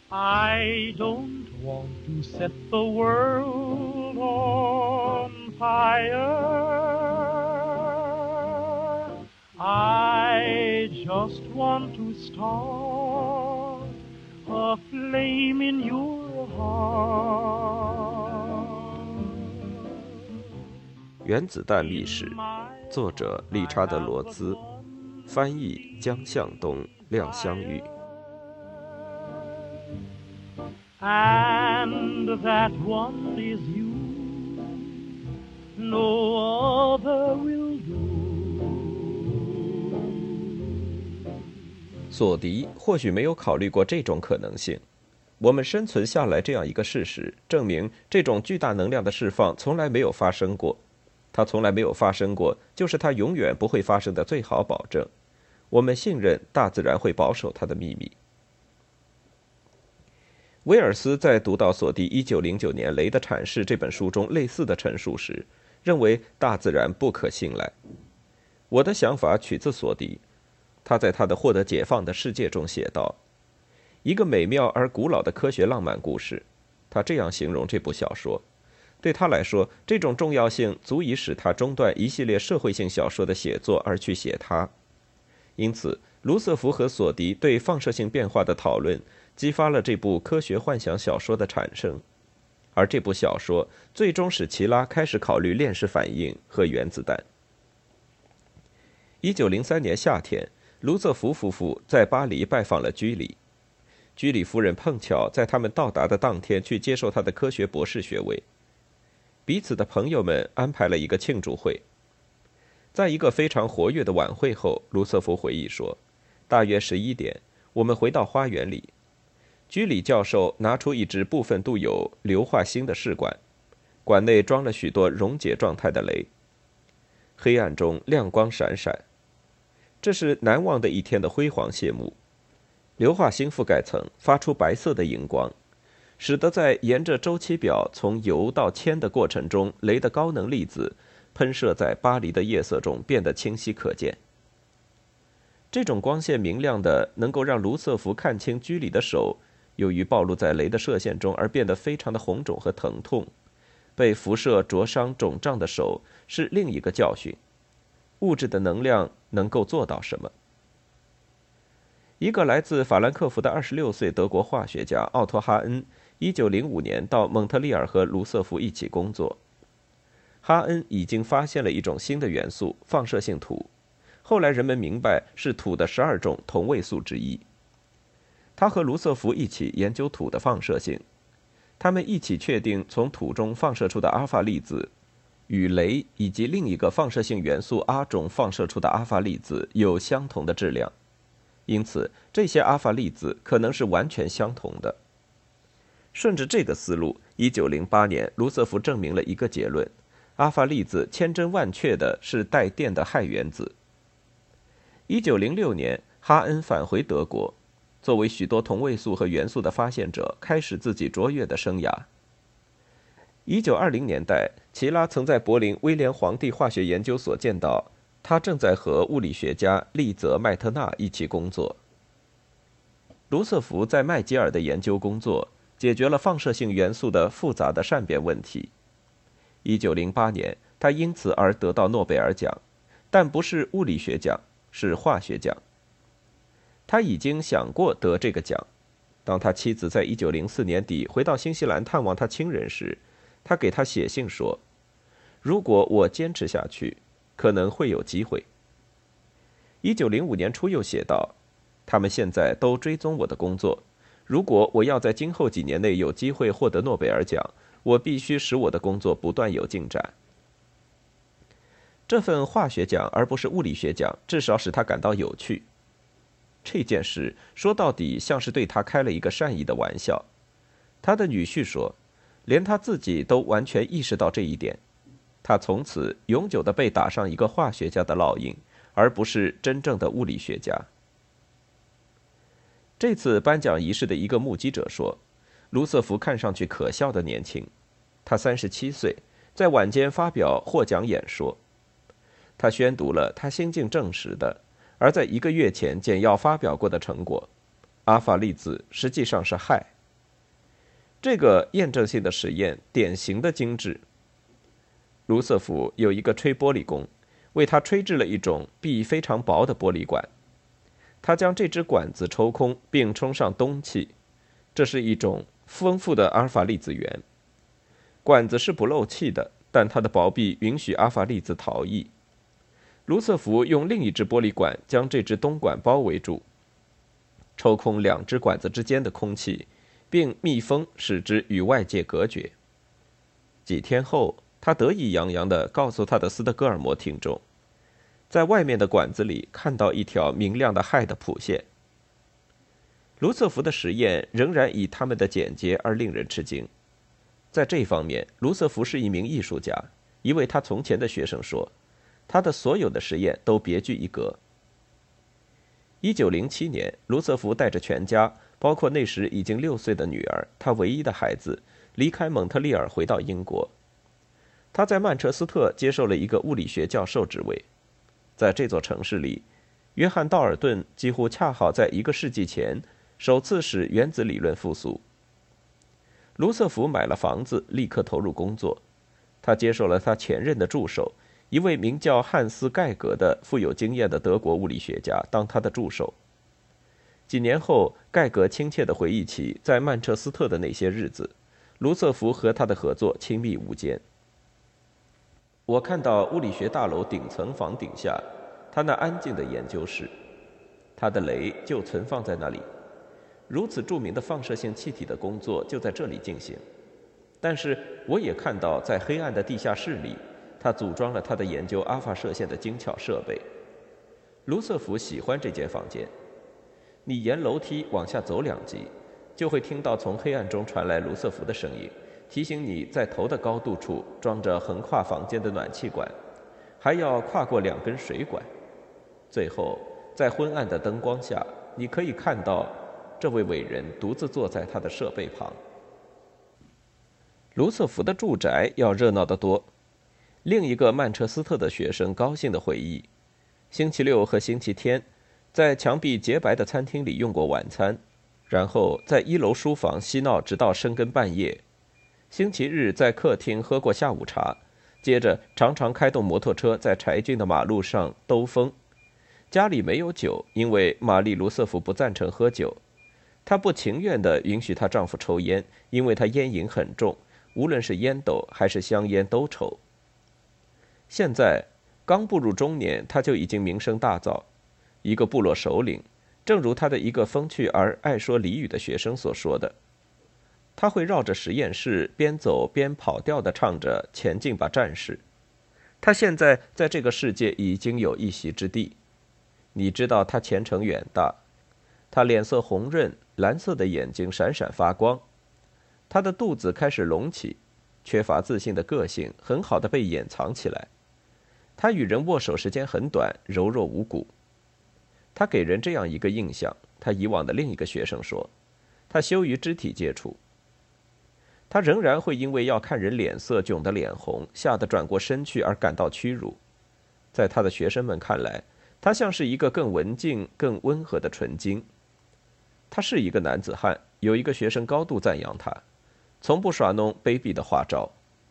I don't want to set the world on fire. I just want to start a flame in your heart. 原子弹历史，作者理查德·罗兹，翻译江向东、廖湘玉。 And that one is you, no other will do. 索迪或许没有考虑过这种可能性。我们生存下来这样一个事实，证明这种巨大能量的释放从来没有发生过。它从来没有发生过，就是它永远不会发生的最好保证。我们信任大自然会保守它的秘密。威尔斯在读到索迪1909年《雷的阐释》这本书中类似的陈述时，认为大自然不可信赖。我的想法取自索迪，他在他的《获得解放的世界》中写道：“一个美妙而古老的科学浪漫故事。”他这样形容这部小说。对他来说，这种重要性足以使他中断一系列社会性小说的写作，而去写它。因此，卢瑟福和索迪对放射性变化的讨论，激发了这部科学幻想小说的产生。而这部小说最终使齐拉开始考虑链式反应和原子弹。1903年夏天，卢瑟福夫妇在巴黎拜访了居里。居里夫人碰巧在他们到达的当天去接受他的科学博士学位。彼此的朋友们安排了一个庆祝会。在一个非常活跃的晚会后，卢瑟福回忆说，大约11点，我们回到花园里。居里教授拿出一只部分镀有硫化锌的试管，管内装了许多溶解状态的镭。黑暗中亮光闪闪，这是难忘的一天的辉煌谢幕。硫化锌覆盖层发出白色的荧光，使得在沿着周期表从铀到铅的过程中，镭的高能粒子喷射在巴黎的夜色中变得清晰可见。这种光线明亮的，能够让卢瑟福看清居里的手，由于暴露在镭的射线中而变得非常的红肿和疼痛。被辐射灼伤肿胀的手是另一个教训。物质的能量能够做到什么？一个来自法兰克福的26岁德国化学家奥托·哈恩，1905年到蒙特利尔和卢瑟福一起工作。哈恩已经发现了一种新的元素——放射性土，后来人们明白是土的12种同位素之一。他和卢瑟福一起研究土的放射性，他们一起确定从土中放射出的阿尔法粒子与镭以及另一个放射性元素阿中放射出的阿尔法粒子有相同的质量。因此，这些阿尔法粒子可能是完全相同的。顺着这个思路，1908年，卢瑟福证明了一个结论：阿尔法粒子千真万确的是带电的氦原子。1906年，哈恩返回德国，作为许多同位素和元素的发现者，开始自己卓越的生涯。1920年代，齐拉曾在柏林威廉皇帝化学研究所见到他正在和物理学家利泽·麦特纳一起工作。卢瑟福在麦吉尔的研究工作解决了放射性元素的复杂的善变问题。1908年，他因此而得到诺贝尔奖，但不是物理学奖，是化学奖。他已经想过得这个奖。当他妻子在1904年底回到新西兰探望他亲人时，他给他写信说：“如果我坚持下去，可能会有机会。”1905年初又写道：“他们现在都追踪我的工作。如果我要在今后几年内有机会获得诺贝尔奖，我必须使我的工作不断有进展。”这份化学奖而不是物理学奖，至少使他感到有趣。这件事说到底像是对他开了一个善意的玩笑。他的女婿说，连他自己都完全意识到这一点。他从此永久地被打上一个化学家的烙印，而不是真正的物理学家。这次颁奖仪式的一个目击者说，卢瑟福看上去可笑的年轻。他37岁，在晚间发表获奖演说。他宣读了他新近证实的，而在1个月前简要发表过的成果：阿尔法粒子实际上是氦。 这个验证性的实验典型的精致。卢瑟福有一个吹玻璃工，为他吹制了一种壁非常薄的玻璃管。他将这支管子抽空，并充上氡气，这是一种丰富的阿尔法粒子源。管子是不漏气的，但它的薄壁允许阿尔法粒子逃逸。卢瑟福用另一只玻璃管将这只氡管包围住，抽空两只管子之间的空气，并密封，使之与外界隔绝。几天后，他得意洋洋地告诉他的斯德哥尔摩听众，在外面的管子里看到一条明亮的氦的谱线。卢瑟福的实验仍然以他们的简洁而令人吃惊。在这方面，卢瑟福是一名艺术家。一位他从前的学生说，他的所有的实验都别具一格。1907年，卢瑟福带着全家，包括那时已经6岁的女儿，他唯一的孩子，离开蒙特利尔回到英国。他在曼彻斯特接受了一个物理学教授职位。在这座城市里，约翰·道尔顿几乎恰好在1个世纪前首次使原子理论复苏。卢瑟福买了房子，立刻投入工作。他接受了他前任的助手，一位名叫汉斯·盖格的富有经验的德国物理学家当他的助手。几年后，盖格亲切地回忆起在曼彻斯特的那些日子，卢瑟福和他的合作亲密无间。我看到物理学大楼顶层房顶下，他那安静的研究室，他的雷就存放在那里。如此著名的放射性气体的工作就在这里进行。但是我也看到，在黑暗的地下室里，他组装了他的研究阿尔法射线的精巧设备。卢瑟福喜欢这间房间。你沿楼梯往下走2级，就会听到从黑暗中传来卢瑟福的声音，提醒你在头的高度处装着横跨房间的暖气管，还要跨过2根水管。最后，在昏暗的灯光下，你可以看到这位伟人独自坐在他的设备旁。卢瑟福的住宅要热闹得多。另一个曼彻斯特的学生高兴地回忆，星期六和星期天在墙壁洁白的餐厅里用过晚餐，然后在1楼书房嬉闹直到深更半夜。星期日在客厅喝过下午茶，接着常常开动摩托车在柴郡的马路上兜风。家里没有酒，因为玛丽·卢瑟福不赞成喝酒。她不情愿地允许她丈夫抽烟，因为她烟瘾很重，无论是烟斗还是香烟都抽。现在刚步入中年，她就已经名声大噪，一个部落首领，正如他的一个风趣而爱说俚语的学生所说的。他会绕着实验室边走边跑调地唱着前进吧战士。他现在在这个世界已经有一席之地。你知道他前程远大，他脸色红润，蓝色的眼睛闪闪发光，他的肚子开始隆起，缺乏自信的个性很好地被掩藏起来。他与人握手时间很短，柔弱无骨。他给人这样一个印象，他以往的另一个学生说，他羞于肢体接触。他仍然会因为要看人脸色窘得脸红，吓得转过身去而感到屈辱。在他的学生们看来，他像是一个更文静、更温和的纯金。他是一个男子汉，有一个学生高度赞扬他，从不耍弄卑鄙的花招。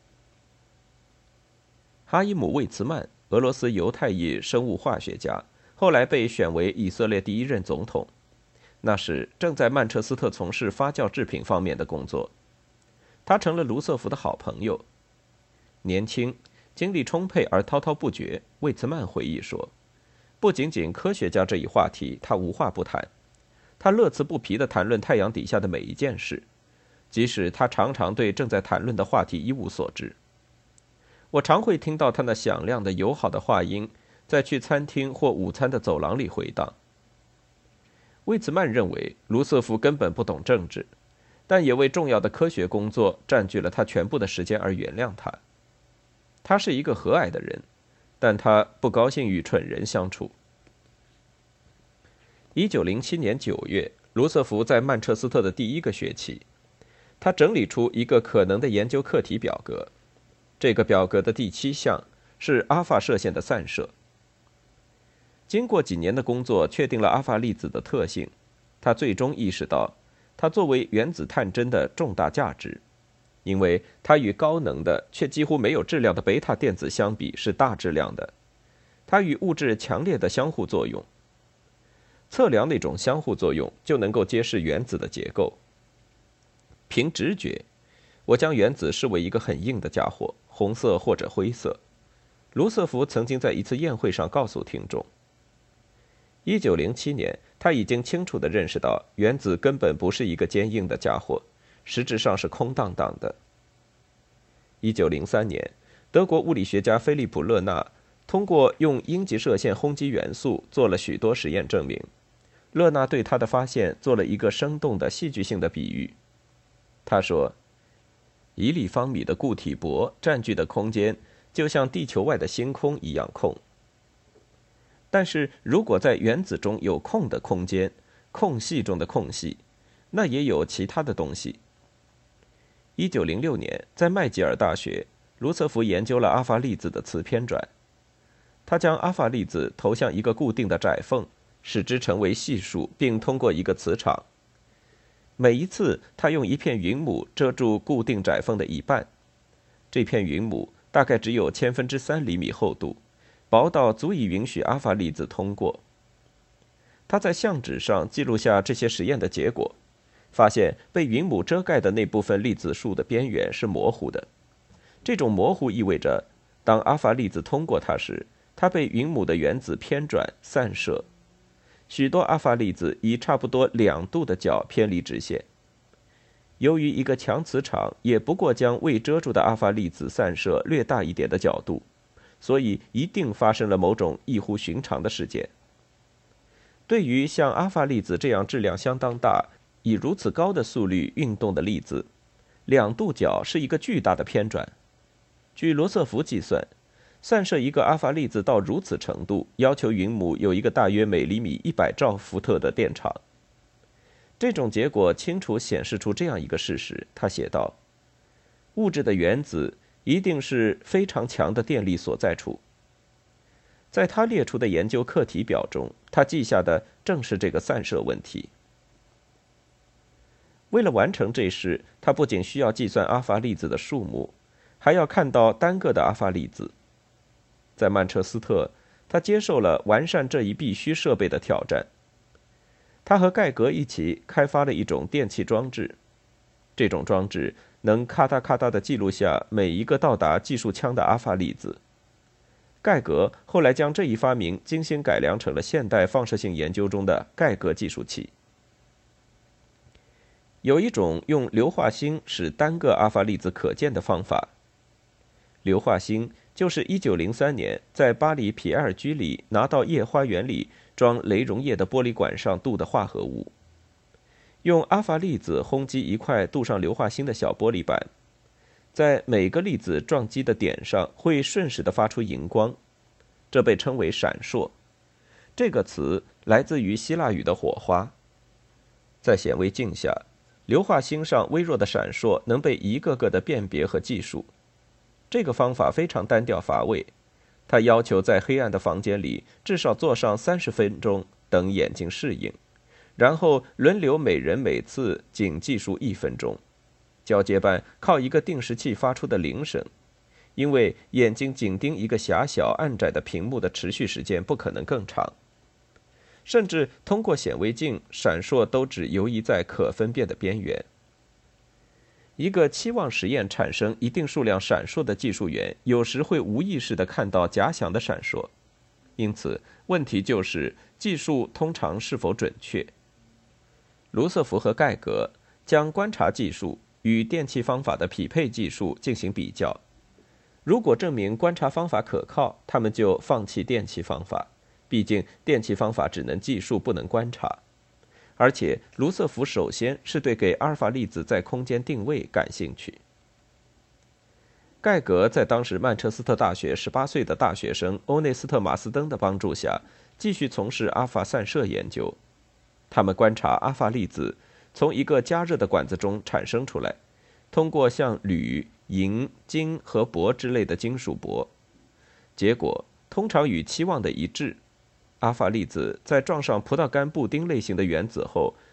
哈伊姆·魏茨曼，俄罗斯犹太裔生物化学家，后来被选为以色列第1任总统。那时正在曼彻斯特从事发酵制品方面的工作。他成了卢瑟福的好朋友。年轻、精力充沛而滔滔不绝，魏茨曼回忆说，不仅仅科学家这一话题他无话不谈，他乐此不疲地谈论太阳底下的每一件事，即使他常常对正在谈论的话题一无所知。我常会听到他那响亮的友好的话音在去餐厅或午餐的走廊里回荡。魏茨曼认为卢瑟福根本不懂政治，但也为重要的科学工作占据了他全部的时间而原谅他。他是一个和蔼的人，但他不高兴与蠢人相处。1907年9月，卢瑟福在曼彻斯特的第1个学期，他整理出一个可能的研究课题表格。这个表格的第7项是阿尔法射线的散射。经过几年的工作，确定了阿尔法粒子的特性。他最终意识到， 它作为原子探针的重大价值，因为它与高能的却几乎没有质量的贝塔电子相比是大质量的。它与物质强烈的相互作用，测量那种相互作用就能够揭示原子的结构。凭直觉，我将原子视为一个很硬的家伙，红色或者灰色。卢瑟福曾经在一次宴会上告诉听众，1907年，他已经清楚地认识到原子根本不是一个坚硬的家伙，实质上是空荡荡的。1903年，德国物理学家菲利普·勒纳通过用阴极射线轰击元素做了许多实验证明。勒纳对他的发现做了一个生动的戏剧性的比喻。他说，1立方米的固体铂占据的空间就像地球外的星空一样空。但是如果在原子中有空的空间，空隙中的空隙，那也有其他的东西。1906年，在麦吉尔大学，卢瑟福研究了阿法粒子的磁偏转。他将阿法粒子投向一个固定的窄缝，使之成为系数，并通过一个磁场。每一次，他用一片云母遮住固定窄缝的一半，这片云母大概只有3/1000厘米厚度，薄到足以允许阿法粒子通过。他在相纸上记录下这些实验的结果，发现被云母遮盖的那部分粒子束的边缘是模糊的。这种模糊意味着，当阿法粒子通过它时，它被云母的原子偏转散射。许多阿法粒子以差不多2度的角偏离直线。由于一个强磁场也不过将未遮住的阿法粒子散射略大一点的角度，所以一定发生了某种异乎寻常的事件。对于像阿法粒子这样质量相当大、以如此高的速率运动的粒子，2度角是一个巨大的偏转。据罗瑟福计算，散射一个阿法粒子到如此程度，要求云母有一个大约每厘米100兆伏特的电场。这种结果清楚显示出这样一个事实，他写道：物质的原子一定是非常强的电力所在处。在他列出的研究课题表中，他记下的正是这个散射问题。为了完成这事，他不仅需要计算阿法粒子的数目，还要看到单个的阿法粒子。在曼彻斯特，他接受了完善这一必须设备的挑战。他和盖格一起开发了一种电气装置，这种装置能咔嗒咔嗒地记录下每一个到达计数腔的阿法粒子。盖格后来将这一发明精心改良成了现代放射性研究中的盖格计数器。有一种用硫化锌使单个阿法粒子可见的方法。硫化锌就是1903年在巴黎皮埃尔居里拿到液花园里装雷溶液的玻璃管上镀的化合物。用阿法粒子轰击一块镀上硫化锌的小玻璃板，在每个粒子撞击的点上会瞬时地发出荧光，这被称为闪烁。这个词来自于希腊语的火花。在显微镜下，硫化锌上微弱的闪烁能被一个个的辨别和计数。这个方法非常单调乏味，它要求在黑暗的房间里至少坐上30分钟，等眼睛适应，然后轮流每人每次仅计数1分钟，交接班靠一个定时器发出的铃声，因为眼睛紧盯一个狭小暗窄的屏幕的持续时间不可能更长。甚至通过显微镜，闪烁都只游移在可分辨的边缘。一个期望实验产生一定数量闪烁的技术员，有时会无意识地看到假想的闪烁。因此，问题就是计数通常是否准确。卢瑟福和盖格将观察技术与电气方法的匹配技术进行比较。如果证明观察方法可靠，他们就放弃电气方法，毕竟电气方法只能计数，不能观察。而且卢瑟福首先是对给阿尔法粒子在空间定位感兴趣。盖格在当时曼彻斯特大学18岁的大学生欧内斯特·马斯登的帮助下，继续从事阿法散射研究。他们观察阿法粒子从一个加热的管子中产生出来，通过像铝、银、金和铂之类的金属箔，结果通常与期望的一致。阿法粒子在撞上葡萄干布丁类型的原子后，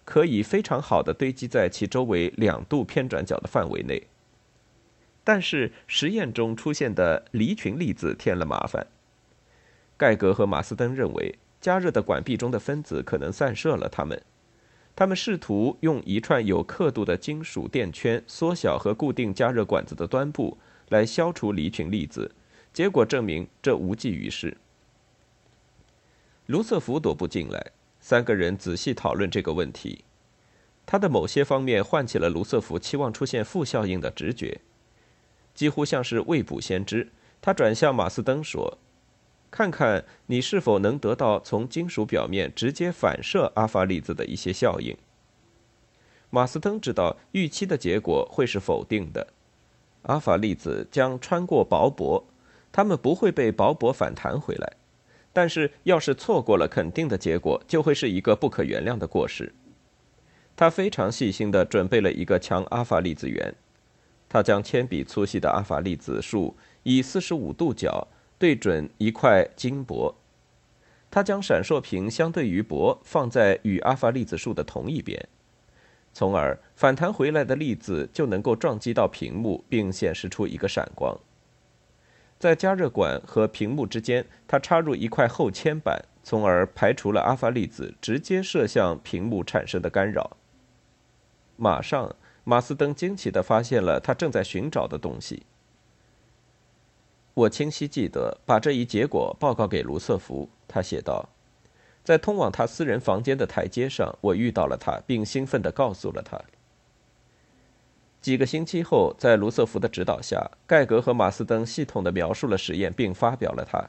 可以非常好地堆积在其周围2度偏转角的范围内。但是实验中出现的离群粒子添了麻烦。盖格和马斯登认为，加热的管壁中的分子可能散射了它们。他们试图用一串有刻度的金属垫圈缩小和固定加热管子的端部，来消除离群粒子，结果证明这无济于事。卢瑟福踱步进来，3个人仔细讨论这个问题。他的某些方面唤起了卢瑟福期望出现负效应的直觉，几乎像是未卜先知。他转向马斯登说：“看看你是否能得到从金属表面直接反射阿法粒子的一些效应。”马斯登知道预期的结果会是否定的，阿法粒子将穿过薄膜，它们不会被薄膜反弹回来。但是要是错过了肯定的结果，就会是一个不可原谅的过失。他非常细心地准备了一个强阿法粒子源，他将铅笔粗细的阿法粒子束以45度角对准一块金箔，他将闪烁屏相对于箔放在与阿法粒子束的同一边，从而反弹回来的粒子就能够撞击到屏幕，并显示出一个闪光。在加热管和屏幕之间，他插入一块厚铅板，从而排除了阿法粒子直接射向屏幕产生的干扰。马上，马斯登惊奇地发现了他正在寻找的东西。我清晰记得把这一结果报告给卢瑟福，他写道：“在通往他私人房间的台阶上，我遇到了他，并兴奋地告诉了他。”几个星期后，在卢瑟福的指导下，盖格和马斯登系统地描述了实验，并发表了它。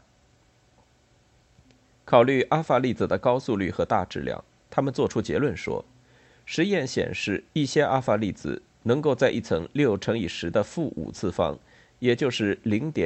考虑阿法粒子的高速率和大质量，他们做出结论说，实验显示一些阿法粒子能够在一层6乘以10的负5次方，也就是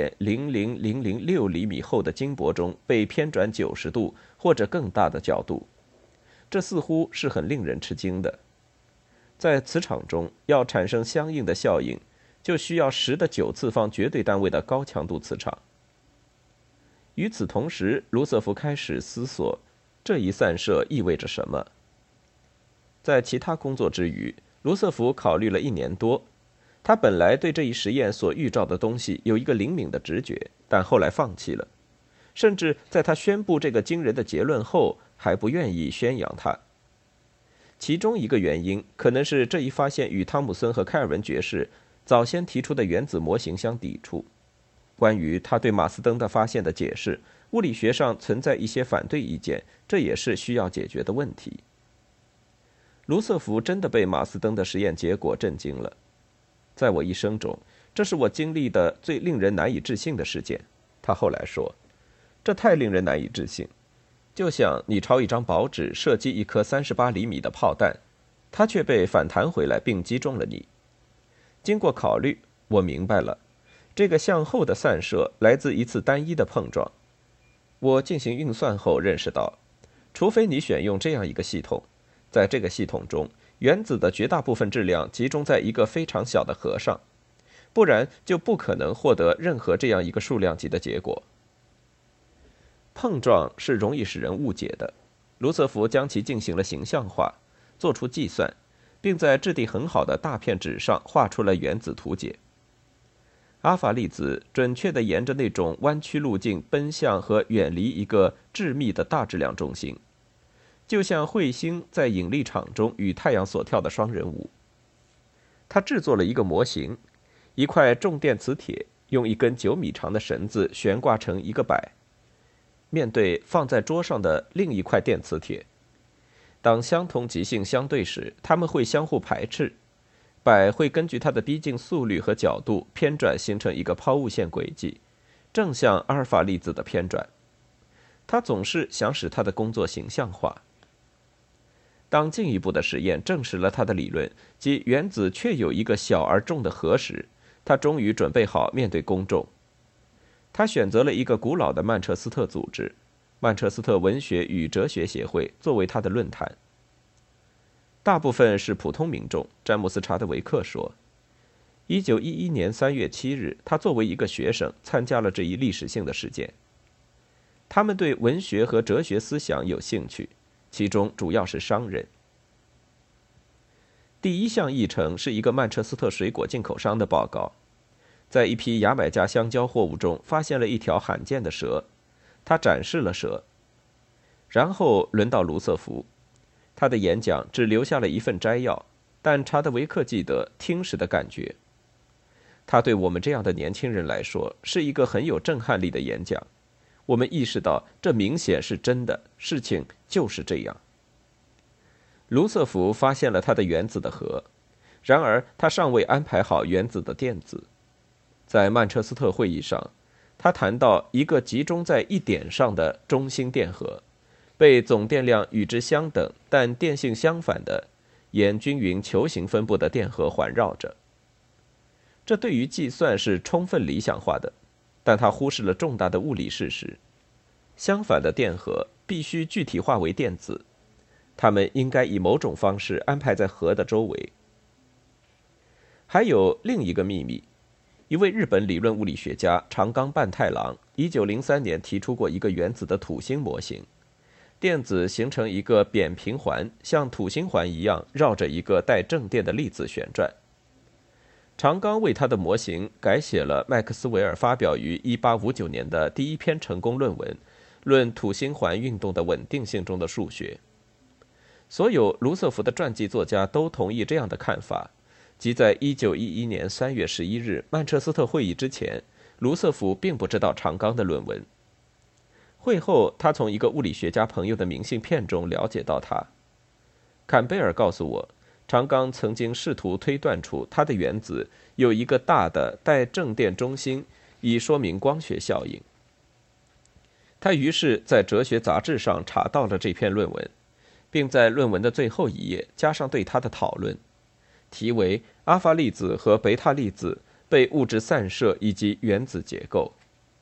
0.00006厘米厚的金箔中被偏转90度或者更大的角度。这似乎是很令人吃惊的。在磁场中，要产生相应的效应，就需要10的9次方绝对单位的高强度磁场。与此同时，卢瑟福开始思索，这一散射意味着什么。在其他工作之余，卢瑟福考虑了1年多。他本来对这一实验所预兆的东西有一个灵敏的直觉，但后来放弃了，甚至在他宣布这个惊人的结论后，还不愿意宣扬它。其中一个原因可能是这一发现与汤姆森和开尔文爵士早先提出的原子模型相抵触。关于他对马斯登的发现的解释，物理学上存在一些反对意见，这也是需要解决的问题。卢瑟福真的被马斯登的实验结果震惊了。在我一生中，这是我经历的最令人难以置信的事件，他后来说，这太令人难以置信。就像你朝一张薄纸射击一颗38厘米的炮弹，它却被反弹回来并击中了你。经过考虑，我明白了，这个向后的散射来自一次单一的碰撞。我进行运算后认识到，除非你选用这样一个系统，在这个系统中，原子的绝大部分质量集中在一个非常小的核上，不然就不可能获得任何这样一个数量级的结果。碰撞是容易使人误解的，卢瑟福将其进行了形象化，做出计算，并在质地很好的大片纸上画出了原子图解。阿法粒子准确地沿着那种弯曲路径奔向和远离一个致密的大质量中心，就像彗星在引力场中与太阳所跳的双人舞。他制作了一个模型，一块重电磁铁用一根9米长的绳子悬挂成一个摆，面对放在桌上的另一块电磁铁。当相同极性相对时，它们会相互排斥，摆会根据它的逼近速率和角度偏转，形成一个抛物线轨迹，正像阿尔法粒子的偏转。他总是想使他的工作形象化。当进一步的实验证实了他的理论，即原子确有一个小而重的核时，他终于准备好面对公众。他选择了一个古老的曼彻斯特组织——曼彻斯特文学与哲学协会作为他的论坛。大部分是普通民众，詹姆斯·查德维克说。1911年3月7日，他作为一个学生参加了这一历史性的事件。他们对文学和哲学思想有兴趣，其中主要是商人。 第一项议程是一个曼彻斯特水果进口商的报告，在一批牙买加香蕉货物中发现了一条罕见的蛇，他展示了蛇。然后轮到卢瑟福，他的演讲只留下了一份摘要，但查德维克记得听时的感觉。他对我们这样的年轻人来说是一个很有震撼力的演讲。我们意识到这明显是真的，事情就是这样。卢瑟福发现了他的原子的核，然而他尚未安排好原子的电子。在曼彻斯特会议上，他谈到一个集中在一点上的中心电荷，被总电量与之相等但电性相反的沿均匀球形分布的电荷环绕着。这对于计算是充分理想化的，但他忽视了重大的物理事实。相反的电荷必须具体化为电子，它们应该以某种方式安排在核的周围。还有另一个秘密，一位日本理论物理学家长冈半太郎1903年提出过一个原子的土星模型，电子形成一个扁平环，像土星环一样绕着一个带正电的粒子旋转。长冈为他的模型改写了麦克斯韦尔发表于1859年的第一篇成功论文，论土星环运动的稳定性中的数学。所有卢瑟福的传记作家都同意这样的看法，即在1911年3月11日曼彻斯特会议之前，卢瑟福并不知道长冈的论文。会后，他从一个物理学家朋友的明信片中了解到他。坎贝尔告诉我，长冈曾经试图推断出它的原子有一个大的带正电中心，以说明光学效应。他于是在哲学杂志上查到了这篇论文，并在论文的最后一页加上对它的讨论，题为阿法粒子和贝塔粒子被物质散射以及原子结构。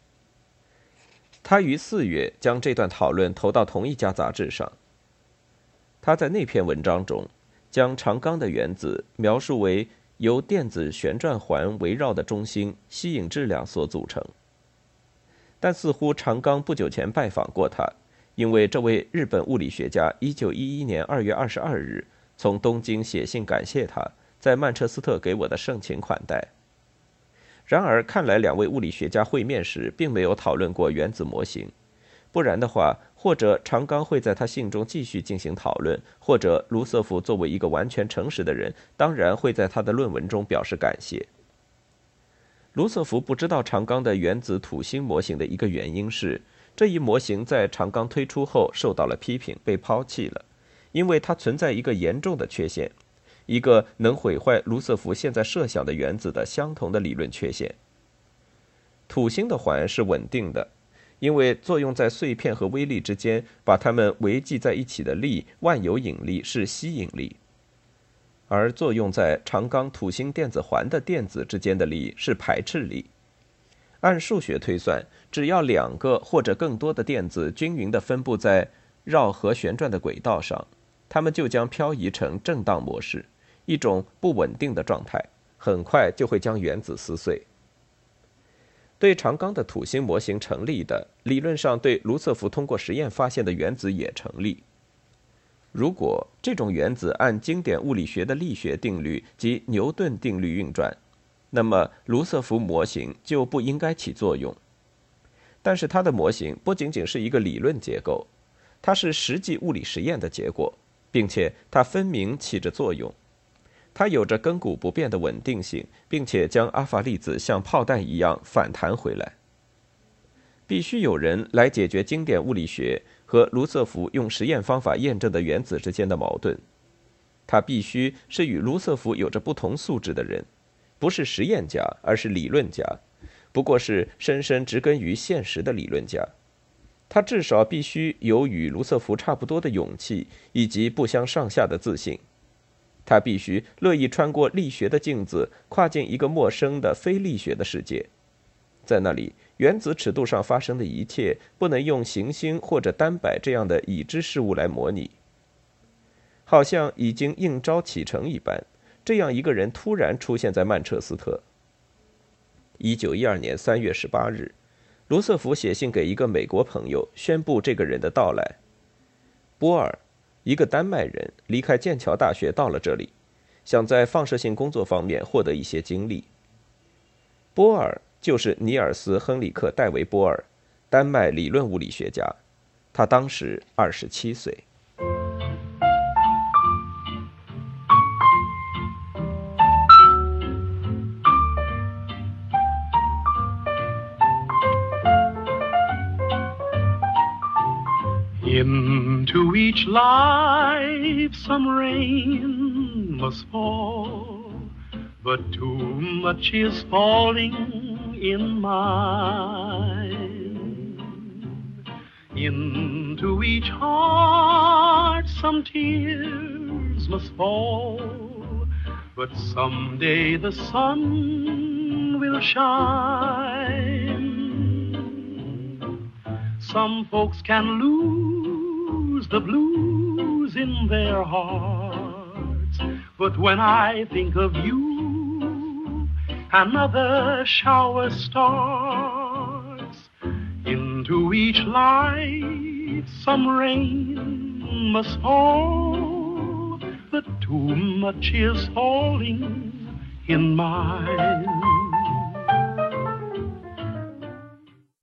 他于4月将这段讨论投到同一家杂志上。他在那篇文章中将长冈的原子描述为由电子旋转环围绕的中心吸引质量所组成。但似乎长冈不久前拜访过他，因为这位日本物理学家1911年2月22日从东京写信感谢他在曼彻斯特给我的盛情款待。然而看来两位物理学家会面时并没有讨论过原子模型，不然的话，或者长冈会在他信中继续进行讨论，或者卢瑟福作为一个完全诚实的人，当然会在他的论文中表示感谢。卢瑟福不知道长冈的原子土星模型的一个原因是，这一模型在长冈推出后受到了批评，被抛弃了，因为它存在一个严重的缺陷，一个能毁坏卢瑟福现在设想的原子的相同的理论缺陷。土星的环是稳定的，因为作用在碎片和微粒之间，把它们围系在一起的力万有引力是吸引力，而作用在长冈土星电子环的电子之间的力是排斥力。按数学推算，只要2个或者更多的电子均匀地分布在绕核旋转的轨道上，它们就将漂移成震荡模式，一种不稳定的状态，很快就会将原子撕碎。对长冈的土星模型成立的，理论上对卢瑟福通过实验发现的原子也成立。如果这种原子按经典物理学的力学定律及牛顿定律运转，那么卢瑟福模型就不应该起作用。但是它的模型不仅仅是一个理论结构，它是实际物理实验的结果，并且它分明起着作用。它有着亘古不变的稳定性，并且将阿法粒子像炮弹一样反弹回来。必须有人来解决经典物理学和卢瑟福用实验方法验证的原子之间的矛盾。他必须是与卢瑟福有着不同素质的人，不是实验家，而是理论家，不过是深深植根于现实的理论家。他至少必须有与卢瑟福差不多的勇气以及不相上下的自信。他必须乐意穿过力学的镜子，跨进一个陌生的非力学的世界。在那里，原子尺度上发生的一切不能用行星或者单摆这样的已知事物来模拟。好像已经应召启程一般，这样一个人突然出现在曼彻斯特。1912年3月18日，卢瑟福写信给一个美国朋友，宣布这个人的到来。波尔，一个丹麦人，离开剑桥大学到了这里。 想在放射性工作方面获得一些经历。波尔就是尼尔斯·亨里克·戴维·波尔，丹麦理论物理学家，他当时27岁。 Into each life some rain must fall, but too much is falling in mine. Into each heart some tears must fall, but someday the sun will shine. Some folks can lose the blues in their hearts, but when I think of you, another shower starts. Into each life some rain must fall, but too much is falling in mine.